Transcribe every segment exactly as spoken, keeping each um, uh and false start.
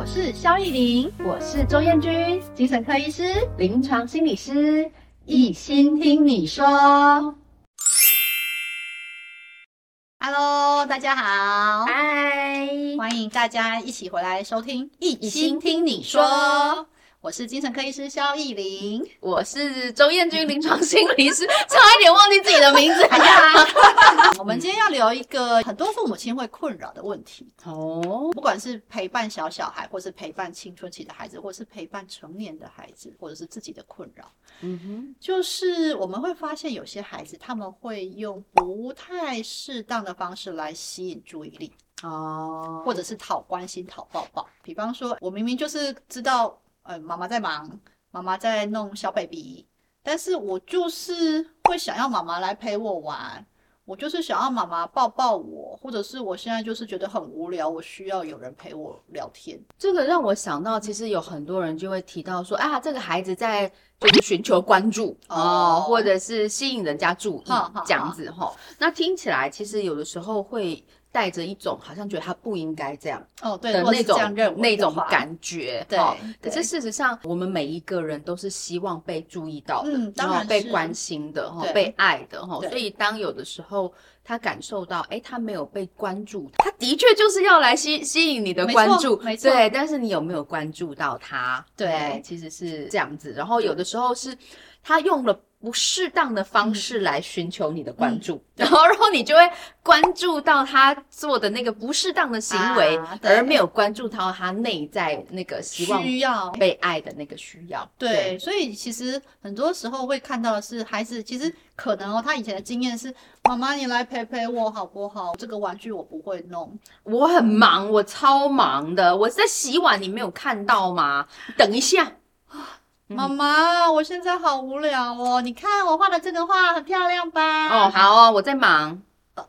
是萧艺玲， 我是周燕君， 精神科医师、 临床心理师， 一心听你说。Hello， 大家好， 嗨， 欢迎大家一起回来收听一心听你说。我是精神科医师萧艺玲， 我是周燕君，临床心理师，差一点忘记自己的名字。哎呀， 我们今天要聊一个很多父母亲会困扰的问题哦，不管是陪伴小小孩，或是陪伴青春期的孩子，或是陪伴成年的孩子，或者是自己的困扰。嗯哼，就是我们会发现有些孩子他们会用不太适当的方式来吸引注意力哦，或者是讨关心、讨抱抱。比方说，我明明就是知道。呃，妈妈在忙，妈妈在弄小 baby， 但是我就是会想要妈妈来陪我玩，我就是想要妈妈抱抱我，或者是我现在就是觉得很无聊，我需要有人陪我聊天。 这个让我想到，其实有很多人就会提到说，啊，这个孩子在就是寻求关注哦，或者是吸引人家注意这样子哈。那听起来其实有的时候会带着一种好像觉得他不应该这样哦，对的那种那种感感觉， 对。 可是事实上，我们每一个人都是希望被注意到的， 嗯，当然是被关心的，被爱的哈。所以当有的时候他感受到，哎，他没有被关注，他的确就是要来吸吸引你的关注， 没错， 对。但是你有没有关注到他？ 对， 其实是这样子。然后有的时候是他用了不适当的方式来寻求你的关注，嗯、然后然后你就会关注到他做的那个不适当的行为，啊、而没有关注到他内在那个希望需要被爱的那个需要。 对，对所以其实很多时候会看到的是，孩子其实可能哦，他以前的经验是，妈妈你来陪陪我好不好？这个玩具我不会弄， 我很忙，我超忙的，我在洗碗，你没有看到吗？等一下。 妈妈，我现在好无聊哦！你看我画的这个画很漂亮吧？ 哦，好哦，我在忙。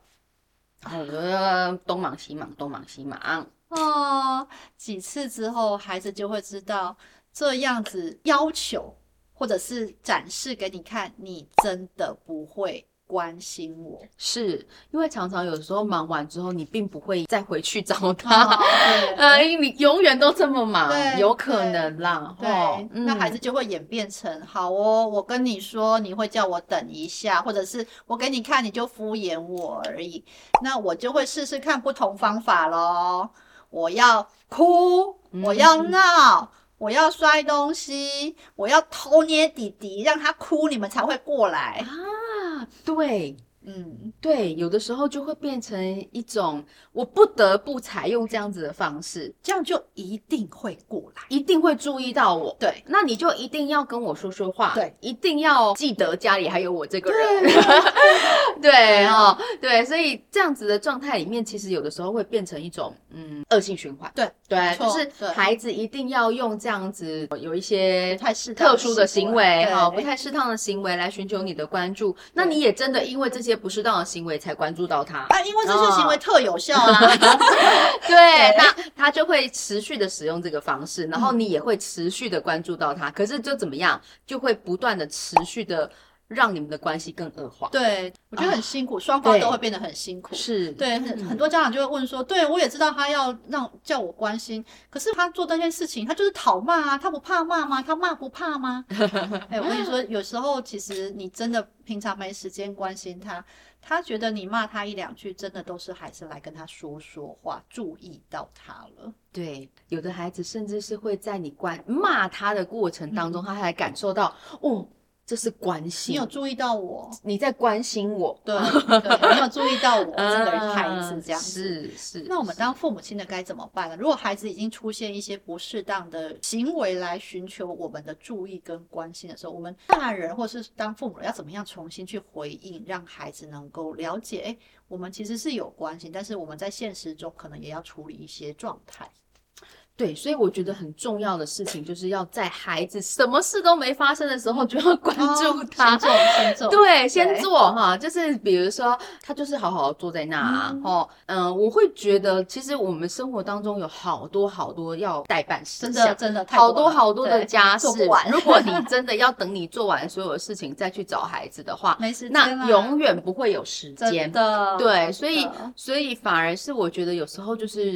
呃，东忙西忙，东忙西忙。 哦，几次之后，孩子就会知道这样子要求，或者是展示给你看，你真的不会关心我。 是因为常常有时候忙完之后，你并不会再回去找他，哦、呃，你永远都这么忙，有可能啦。 对，哦、那孩子就会演变成，好哦，我跟你说，你会叫我等一下，或者是我给你看，你就敷衍我而已。那我就会试试看不同方法咯。我要哭，我要闹。嗯我要摔东西，我要偷捏弟弟，让他哭，你们才会过来啊！对， 嗯， 对，有的时候就会变成一种，我不得不采用这样子的方式， 这样就一定会过来， 一定会注意到我。 对， 那你就一定要跟我说说话， 对， 一定要记得家里还有我这个人。对, 对哦，对，所以这样子的状态里面，其实有的时候会变成一种嗯恶性循环。 对对，就是孩子一定要用这样子有一些太适特殊的行为哈，不太适当的行为来寻求你的关注。那你也真的因为这些不适当的行为才关注到他啊，因为这些行为特有效啊。 哦、对，那他就会持续的使用这个方式，然后你也会持续的关注到他。嗯、可是就怎么样，就会不断的持续的。让你们的关系更恶化。 对，我觉得很辛苦，双、啊、方都会变得很辛苦。 是， 对，很、嗯、很多家长就会问说，对我也知道他要让叫我关心，可是他做这件事情，他就是讨骂啊，他不怕骂吗？他骂不怕吗？哎、欸，我跟你说，有时候其实你真的平常没时间关心他，他觉得你骂他一两句，真的都是孩子来跟他说说话，注意到他了。 对，有的孩子甚至是会在你关骂他的过程当中，嗯、他还感受到哦。这是关心， 你有注意到我？ 你在关心我， 对，对你有注意到我这个孩子这样子。 是是。 那我们当父母亲的该怎么办呢？如果孩子已经出现一些不适当的行为来寻求我们的注意跟关心的时候，我们大人或是当父母要怎么样重新去回应，让孩子能够了解，哎，我们其实是有关心，但是我们在现实中可能也要处理一些状态。 对，所以我觉得很重要的事情就是要在孩子什么事都没发生的时候就要关注他， 哦、先做先做， 对，先做哈，就是比如说他就是好好坐在那啊，嗯、哦，嗯、呃，我会觉得其实我们生活当中有好多好多要代办事项， 真的真的好多好多的家事， 做不完。 如果你真的要等你做完所有的事情再去找孩子的话， 没时间那永远不会有时间的。 对，所以所以反而是我觉得有时候就是。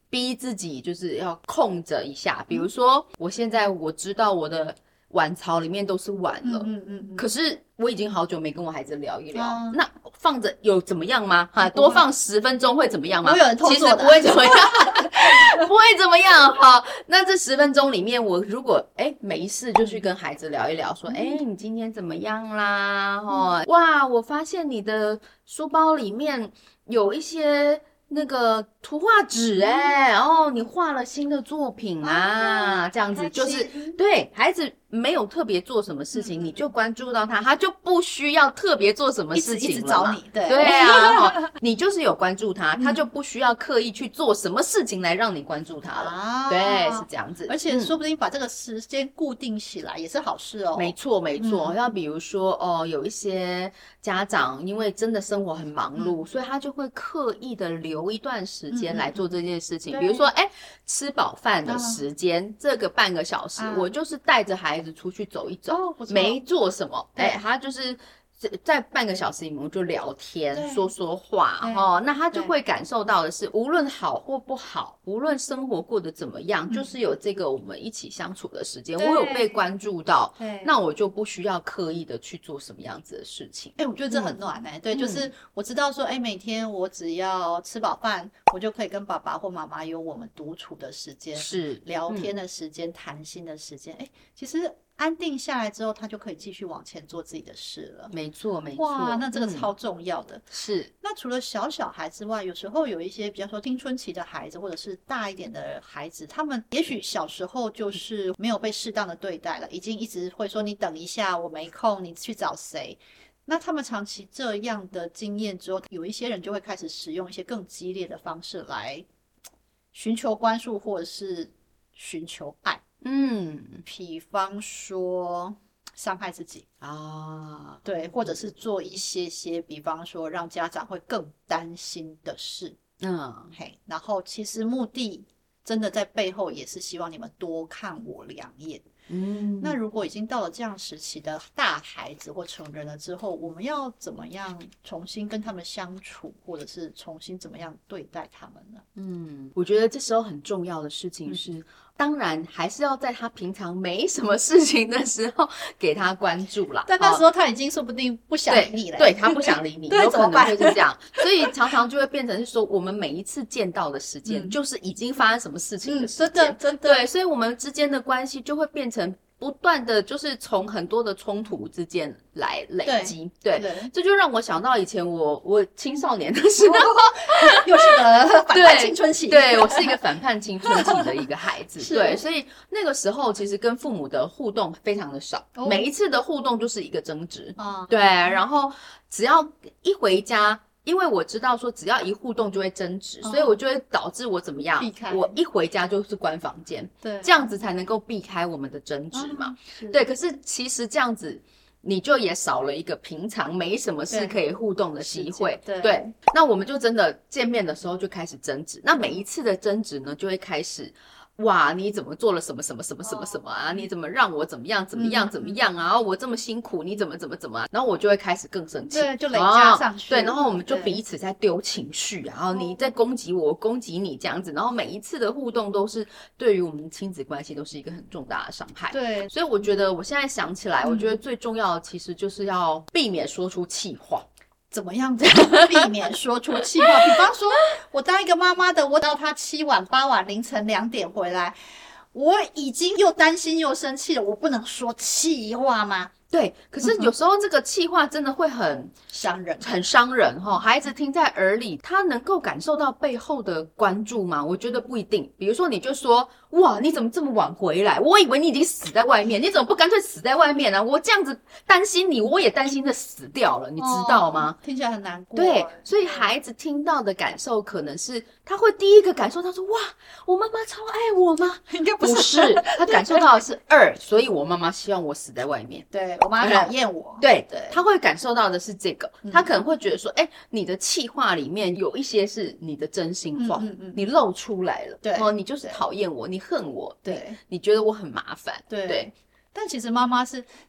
逼自己就是要控着一下，比如说我现在我知道我的碗槽里面都是碗了，嗯嗯嗯，可是我已经好久没跟我孩子聊一聊，嗯、那放着有怎么样吗？哈，多放十分钟会怎么样吗？ 会有人偷做的， 其实不会怎么样，不会怎么样。好，那这十分钟里面，我如果哎没事就去跟孩子聊一聊，说哎你今天怎么样啦？哦，哇，我发现你的书包里面有一些那个图画纸哎、欸，哦，你画了新的作品啊，啊这样子就是对孩子没有特别做什么事情，嗯、你就关注到他，他就不需要特别做什么事情了， 一直一直找你，对对啊、哦，你就是有关注他，他就不需要刻意去做什么事情来让你关注他了，啊、对，是这样子， 而且说不定把这个时间固定起来也是好事哦。 没错没错，要、嗯、比如说哦，有一些家长因为真的生活很忙碌，嗯、所以他就会刻意的留一段时间来做这件事情，嗯、比如说哎，吃饱饭的时间、啊、这个半个小时，啊、我就是带着孩子出去走一走，哦、没做什么，哎，他就是在半个小时里面就聊天说说话哦，那他就会感受到的是无论好或不好，无论生活过得怎么样，就是有这个我们一起相处的时间，我有被关注到，那我就不需要刻意的去做什么样子的事情。 哎、欸，我觉得这很暖哎、欸嗯，对，就是我知道说，哎、欸，每天我只要吃饱饭，我就可以跟爸爸或妈妈有我们独处的时间， 是聊天的时间、谈、嗯、心的时间，哎、欸，其实安定下来之后，他就可以继续往前做自己的事了。 没错，没错。 哇，那这个超重要的。 嗯、是。 那除了小小孩之外，有时候有一些比方说青春期的孩子，或者是大一点的孩子，他们也许小时候就是没有被适当的对待了，已经一直会说你等一下，我没空，你去找谁。那他们长期这样的经验之后，有一些人就会开始使用一些更激烈的方式来寻求关注，或者是寻求爱。嗯，比方说伤害自己啊，对，或者是做一些些，比方说让家长会更担心的事，嗯，嘿，然后其实目的真的在背后也是希望你们多看我两眼。嗯，那如果已经到了这样时期的大孩子或成人了之后，我们要怎么样重新跟他们相处，或者是重新怎么样对待他们呢？ 嗯，我觉得这时候很重要的事情是、嗯、当然还是要在他平常没什么事情的时候给他关注啦， 但那时候他已经说不定不想理你了， 对，对，他不想理你有可能会是这样，所以常常就会变成是说我们每一次见到的时间、嗯、就是已经发生什么事情的时间、嗯、 真的真的， 对，所以我们之间的关系就会变成不断的就是从很多的冲突之间来累积， 对， 对， 对，这就让我想到以前我我青少年的时候又是个反叛青春期， 对，对，我是一个反叛青春期的一个孩子对，所以那个时候其实跟父母的互动非常的少、哦、每一次的互动就是一个争执、哦、对，然后只要一回家，因为我知道说只要一互动就会争执、哦、所以我就会导致我怎么样，避开，我一回家就是关房间，对，这样子才能够避开我们的争执嘛、哦、对，可是其实这样子你就也少了一个平常没什么事可以互动的机会， 对， 对， 对，那我们就真的见面的时候就开始争执，那每一次的争执呢就会开始哇，你怎么做了什么什么什么什么什么啊？你怎么让我怎么样怎么样怎么样啊？我这么辛苦，你怎么怎么怎么、啊？然后我就会开始更生气， 对，就累加上去、 哦。对，然后我们就彼此在丢情绪，然后你在攻击我，我攻击你这样子，然后每一次的互动都是对于我们亲子关系都是一个很重大的伤害。 对， 所以我觉得我现在想起来，嗯、我觉得最重要的其实就是要避免说出气话。 怎么样子避免说出气话？比方说我当一个妈妈的，我到他七晚八晚凌晨两点回来，我已经又担心又生气了，我不能说气话吗？ 对，可是有时候这个气话真的会很伤人， 很伤人齁。孩子听在耳里，他能够感受到背后的关注吗？我觉得不一定。比如说你就说，哇，你怎么这么晚回来？我以为你已经死在外面，你怎么不干脆死在外面啊？我这样子担心你，我也担心的死掉了，你知道吗？ 哦，听起来很难过。 对，所以孩子听到的感受可能是，他会第一个感受到说，哇，我妈妈超爱我吗？ 应该不是， 不是，他感受到的是二，所以我妈妈希望我死在外面。 对，我妈讨厌我。 对对，他会感受到的是这个，嗯、他可能会觉得说，哎，你的气话里面有一些是你的真心话，嗯嗯嗯你露出来了，对，哦，你就是讨厌我，你恨我，对，你觉得我很麻烦， 对。对，但其实妈妈是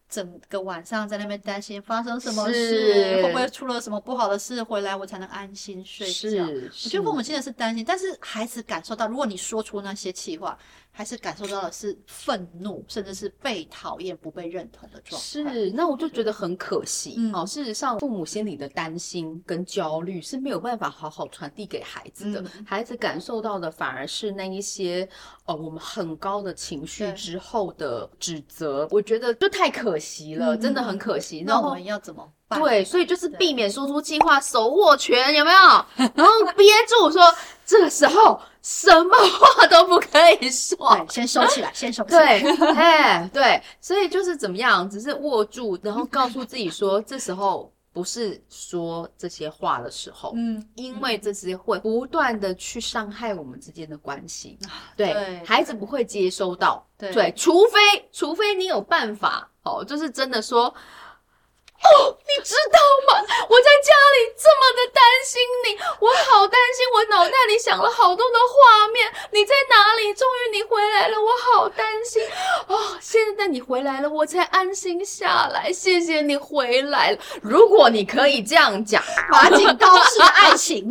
整个晚上在那边担心发生什么事，会不会出了什么不好的事，回来我才能安心睡觉。我觉得父母亲的是担心，但是孩子感受到，如果你说出那些气话，孩子感受到的是愤怒，甚至是被讨厌、不被认同的状态。 是，那我就觉得很可惜。嗯，哦，事实上，父母心里的担心跟焦虑是没有办法好好传递给孩子的，嗯、孩子感受到的反而是那一些呃我们很高的情绪之后的指责。我觉得就太可惜了，嗯、真的很可惜。 那我们要怎么办？ 对，所以就是避免说出气话，手握拳，有没有？然后憋住说，这个时候什么话都不可以说， 对，先收起来，先收起来。 对，哎，对，所以就是怎么样，只是握住，然后告诉自己说，这时候不是说这些话的时候，嗯，因为这些会不断的去伤害我们之间的关系。对，对，孩子不会接收到，对，对，除非除非你有办法，哦，就是真的说。哦，你知道吗？我在家里这么的担心你，我好担心，我脑袋里想了好多的画面。你在哪里？终于你回来了，我好担心。哦，现在你回来了，我才安心下来。谢谢你回来了。如果你可以这样讲， 马景高式的爱情。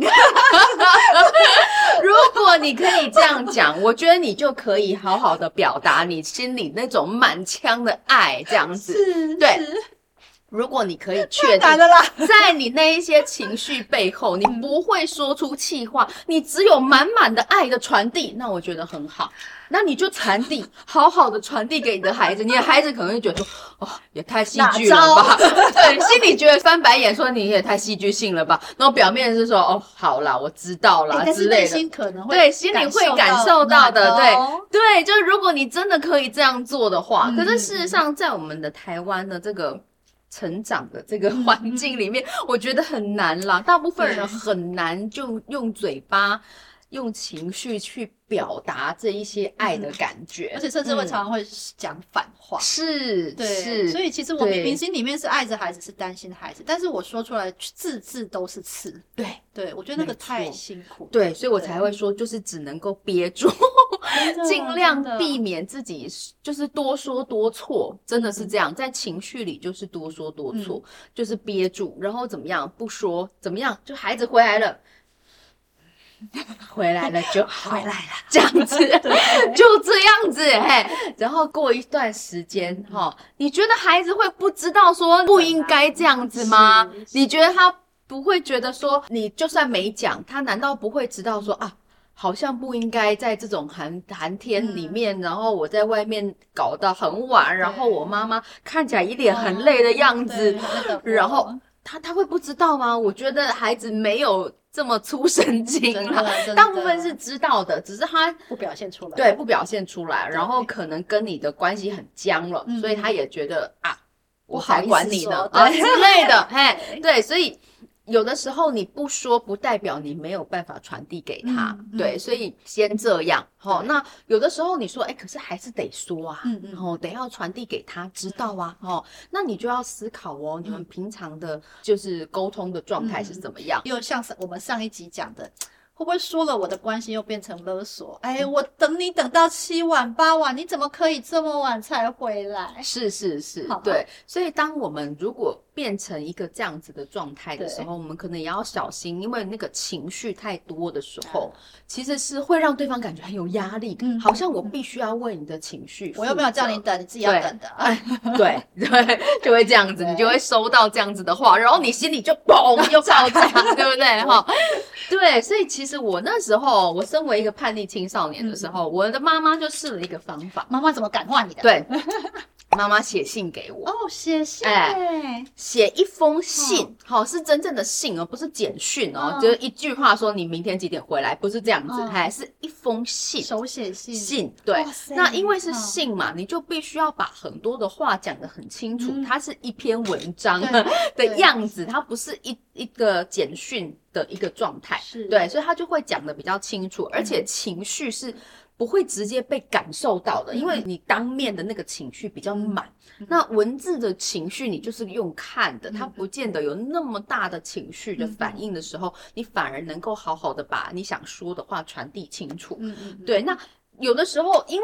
如果你可以这样讲，我觉得你就可以好好的表达你心里那种满腔的爱，这样子。 是， 对。如果你可以确定在你那一些情绪背后你不会说出气话，你只有满满的爱的传递，那我觉得很好。那你就传递，好好的传递给你的孩子，你的孩子可能会觉得说，哦，也太戏剧了吧？对，心里觉得翻白眼，说你也太戏剧性了吧？然后表面是说，哦，好啦，我知道啦、欸、之类的。 但是内心可能会对，心里会感受到的，对对，就是如果你真的可以这样做的话，嗯、可是事实上，在我们的台湾的这个。成长的这个环境里面、嗯、我觉得很难啦，大部分人很难就用嘴巴用情绪去表达这一些爱的感觉、 嗯、而且甚至会常常会讲反话、 嗯、是对是， 所以其实我明明心里面是爱着孩子，是担心孩子，但是我说出来字字都是刺。 对对，我觉得那个太辛苦。 对，所以我才会说就是只能够憋住尽量避免自己就是多说多错，真的是这样、嗯、在情绪里就是多说多错、嗯、就是憋住，然后怎么样不说怎么样，就孩子回来了回来了就好， 回来了， 这样子就这样子嘿，然后过一段时间齁、嗯、你觉得孩子会不知道说不应该这样子吗？你觉得他不会觉得说你就算没讲，他难道不会知道说啊好像不应该在这种寒寒天里面、嗯、然后我在外面搞到很晚，然后我妈妈看起来一脸很累的样子、哦、然后他他会不知道吗？我觉得孩子没有这么粗神经啦，大部分是知道的，只是他不表现出来， 对，不表现出来，然后可能跟你的关系很僵了、嗯、所以他也觉得啊我才管你呢啊之类的嘿，对，所以有的时候你不说不代表你没有办法传递给他、嗯、对、嗯、所以先这样齁、哦、那有的时候你说诶可是还是得说啊嗯嗯齁得要传递给他知道啊齁那你就要思考哦、嗯、你们平常的就是沟通的状态是怎么样、 嗯、又像我们上一集讲的会不会说了我的关系又变成勒索？哎，我等你等到七晚八晚，你怎么可以这么晚才回来？ 是是是，对。所以当我们如果变成一个这样子的状态的时候，我们可能也要小心，因为那个情绪太多的时候，其实是会让对方感觉很有压力，嗯、好像我必须要为你的情绪负责， 我又没有叫你等，你自己要等的。 哎，对对，就会这样子，你就会收到这样子的话，然后你心里就嘣又爆炸，对不对？哈，对，所以其实。其实我那时候，我身为一个叛逆青少年的时候，嗯、我的妈妈就试了一个方法。 妈妈怎么感化你的？ 对，妈妈写信给我。 哦，写信，哎， 写一封信，好、哦哦，是真正的信哦，不是简讯哦，哦就是一句话说你明天几点回来，不是这样子，还、哦、是一封信， 手写信。 信，对。那因为是信嘛，你就必须要把很多的话讲得很清楚，嗯、它是一篇文章的样子，它不是一一个简讯。的一个状态，是对，所以他就会讲得比较清楚，而且情绪是不会直接被感受到的，嗯、因为你当面的那个情绪比较满，嗯、那文字的情绪你就是用看的，嗯、它不见得有那么大的情绪的反应的时候，嗯、你反而能够好好的把你想说的话传递清楚。嗯嗯，对，那有的时候因为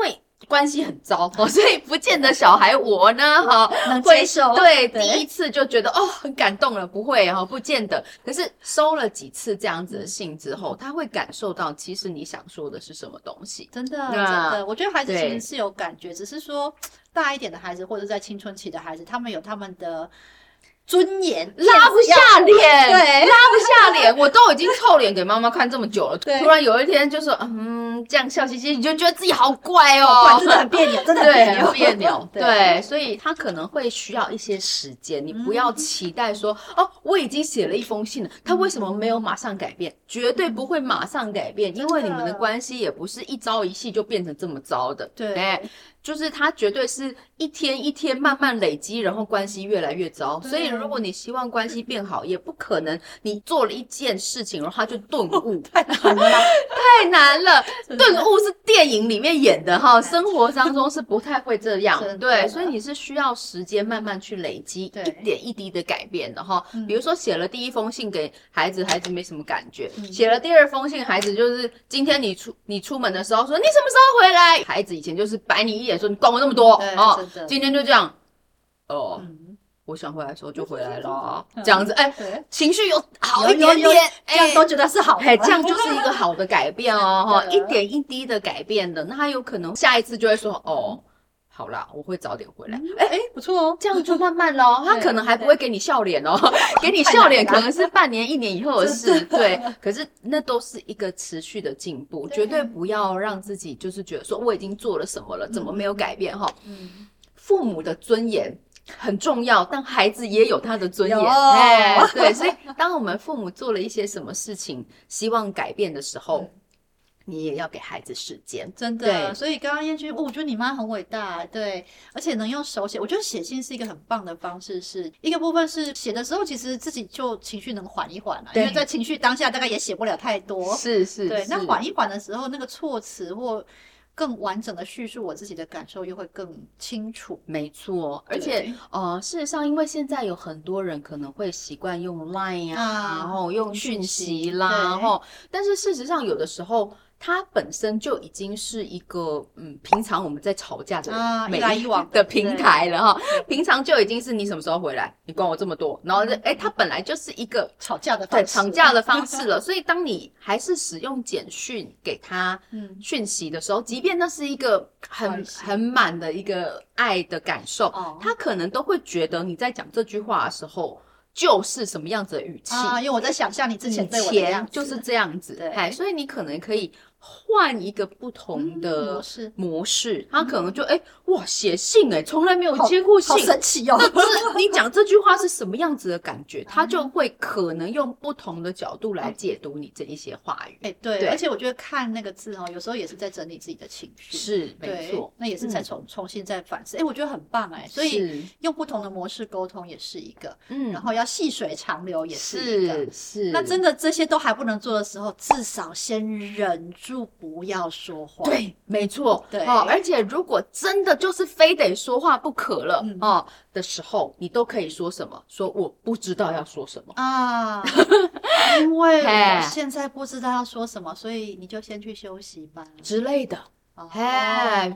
关系很糟哦，所以不见得小孩我呢哈、哦、 能接受， 对，对第一次就觉得哦很感动了，不会哈、哦，不见得。可是收了几次这样子的信之后，他会感受到其实你想说的是什么东西。 真的真的，我觉得孩子其实是有感觉，只是说大一点的孩子或者在青春期的孩子，他们有他们的尊严拉不下脸， 对， 拉不下脸，我都已经臭脸给妈妈看这么久了，突然有一天就说，嗯，这样笑嘻嘻，你就觉得自己好怪哦， 好怪，真的很别扭，真的很别扭，对，对，所以他可能会需要一些时间，你不要期待说，嗯、哦，我已经写了一封信了，他为什么没有马上改变？绝对不会马上改变，因为你们的关系也不是一朝一夕就变成这么糟的， 对。 哎，就是它绝对是一天一天慢慢累积，然后关系越来越糟。所以如果你希望关系变好，也不可能你做了一件事情，然后他就顿悟， 太难了， 太难了。顿悟是电影里面演的哈，生活当中是不太会这样。对，所以你是需要时间慢慢去累积，一点一滴的改变的哈。比如说写了第一封信给孩子，孩子没什么感觉；写了第二封信，孩子就是今天你出你出门的时候说你什么时候回来，孩子以前就是白你一眼。说你管我那么多哦，今天就这样哦、嗯，我想回来的时候就回来了，这样子，哎、欸，情绪有好一点点， 哎、欸，都觉得是好的， 哎、欸，这样就是一个好的改变哦，哈，一点一滴的改变的，那他有可能下一次就会说，哦，好啦，我会早点回来， 哎、欸、哎，不错哦， 这样就慢慢咯，他可能还不会给你笑脸哦，给你笑脸可能是半年一年以后的事，对，可是那都是一个持续的进步，绝对不要让自己就是觉得说我已经做了什么了，怎么没有改变哈？嗯，父母的尊严很重要，但孩子也有他的尊严，哎、欸，对，所以当我们父母做了一些什么事情，希望改变的时候。你也要给孩子时间， 真的。所以刚刚燕君、哦，我觉得你妈很伟大，对，而且能用手写，我觉得写信是一个很棒的方式。是一个部分是写的时候，其实自己就情绪能缓一缓了，因为在情绪当下大概也写不了太多。 是是， 对。那缓一缓的时候，那个措辞或更完整的叙述我自己的感受，又会更清楚。 没错，而且呃，事实上，因为现在有很多人可能会习惯用 Line 啊，啊然后用讯息啦，然后，但是事实上有的时候。它本身就已经是一个嗯，平常我们在吵架的啊，一来一往的平台了哈。平常就已经是你什么时候回来，你管我这么多，然后哎、欸，它本来就是一个吵架的方式， 对吵架的方式了。所以当你还是使用简讯给他讯息的时候，嗯、即便那是一个很很满的一个爱的感受，哦、他可能都会觉得你在讲这句话的时候。就是什么样子的语气啊？因为我在想象你之前对我的样子就是这样子，对，所以你可能可以换一个不同的模式， 嗯、 模式他可能就哎、欸、哇写信哎、欸，从来没有接过信， 好神奇哦！ 那你讲这句话是什么样子的感觉？他就会可能用不同的角度来解读你这一些话语。 哎、欸，对，对，而且我觉得看那个字哦，有时候也是在整理自己的情绪， 是没错， 那也是在重、嗯、重新再反思。哎、欸，我觉得很棒哎，所以用不同的模式沟通也是一个，嗯，然后要。细水长流也是一个， 是是。 那真的这些都还不能做的时候，至少先忍住不要说话。 对，没错。 对、 哦，而且如果真的就是非得说话不可了、嗯、哦的时候，你都可以说什么？说我不知道要说什么啊，因为我现在不知道要说什么，所以你就先去休息吧之类的。哎、oh. ，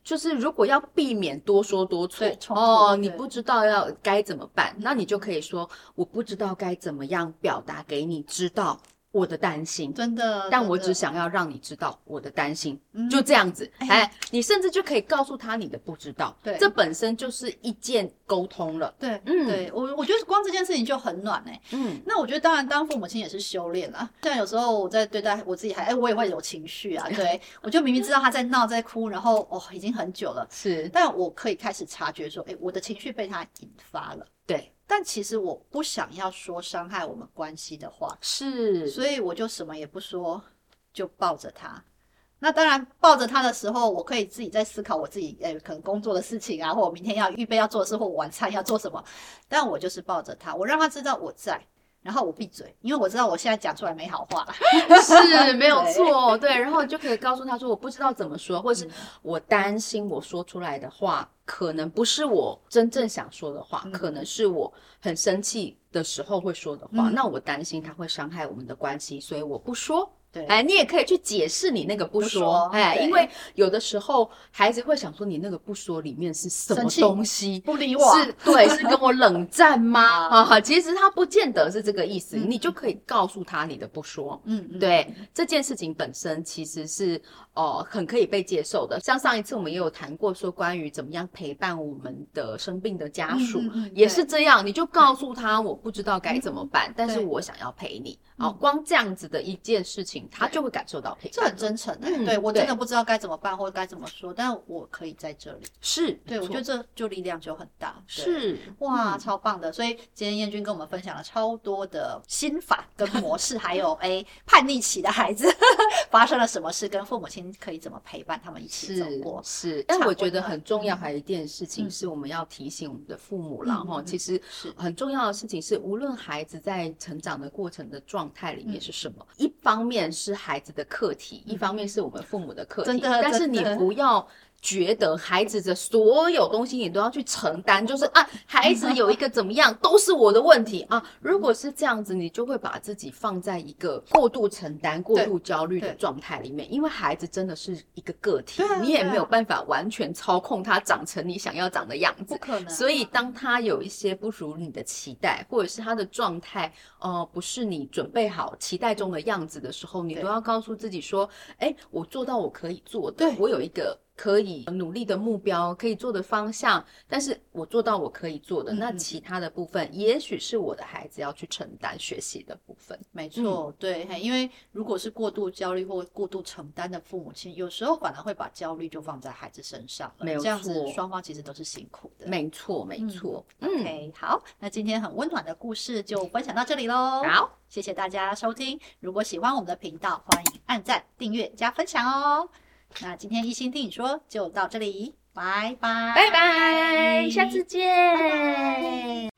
就是如果要避免多说多错哦，你不知道要该怎么办，那你就可以说我不知道该怎么样表达给你知道我的担心， 真的， 但我只想要让你知道我的担心，嗯、就这样子。哎、欸，你甚至就可以告诉他你的不知道，对，这本身就是一件沟通了。 对，嗯，对我我觉得光这件事情就很暖哎、欸。嗯，那我觉得当然当父母亲也是修炼啦。像有时候我在对待我自己还，哎、欸，我也会有情绪啊。对，我就明明知道他在闹在哭，然后哦已经很久了， 是， 但我可以开始察觉说，哎、欸，我的情绪被他引发了。 对。 但其实我不想要说伤害我们关系的话， 是， 所以我就什么也不说，就抱着他。那当然，抱着他的时候，我可以自己在思考我自己，诶，可能工作的事情啊，或我明天要预备要做的事，或我晚餐要做什么。但我就是抱着他，我让他知道我在，然后我闭嘴，因为我知道我现在讲出来没好话。 是，没有错，对。然后你就可以告诉他说，我不知道怎么说，或是我担心我说出来的话。可能不是我真正想说的话、嗯、可能是我很生气的时候会说的话、嗯、那我担心它会伤害我们的关系，所以我不说对， 哎，你也可以去解释你那个不说， 不说哎，因为有的时候孩子会想说你那个不说里面是什么东西， 不理我， 是对，是跟我冷战吗？啊，其实他不见得是这个意思，嗯、你就可以告诉他你的不说，嗯，嗯对，这件事情本身其实是哦、呃、很可以被接受的。像上一次我们也有谈过说关于怎么样陪伴我们的生病的家属，嗯嗯嗯也是这样，你就告诉他我不知道该怎么办，嗯、但是我想要陪你，哦，光这样子的一件事情，他就会感受到陪伴， 这很真诚、欸。嗯，对我真的不知道该怎么办或该怎么说，但我可以在这里。 是， 对我觉得这就力量就很大。 是， 哇，嗯、超棒的！所以今天燕君跟我们分享了超多的心法跟模式，还有哎叛逆期的孩子发生了什么事，跟父母亲可以怎么陪伴他们一起走过。 是，是但我觉得很重要，还有一件事情是我们要提醒我们的父母啦哈、嗯，其实很重要的事情是，无论孩子在成长的过程的状态里面是什么，嗯、一方面是孩子的课题，一方面是我们父母的课题， 真的， 但是你不要觉得孩子的所有东西你都要去承担，就是啊，孩子有一个怎么样都是我的问题啊。如果是这样子，你就会把自己放在一个过度承担、过度焦虑的状态里面，因为孩子真的是一个个体，你也没有办法完全操控他长成你想要长的样子， 不可能。 所以当他有一些不如你的期待，或者是他的状态呃不是你准备好期待中的样子的时候，你都要告诉自己说，哎，我做到我可以做的，我有一个可以努力的目标，可以做的方向，但是我做到我可以做的，嗯、那其他的部分也许是我的孩子要去承担学习的部分。 没错、嗯、对，因为如果是过度焦虑或过度承担的父母亲，有时候反而会把焦虑就放在孩子身上了， 没有错， 这样子双方其实都是辛苦的。 没错没错、 嗯、OK 好，那今天很温暖的故事就分享到这里咯。 好， 谢谢大家收听，如果喜欢我们的频道，欢迎按赞订阅加分享哦。那今天一心听你说就到这里，拜拜， 拜拜，下次见。 拜拜。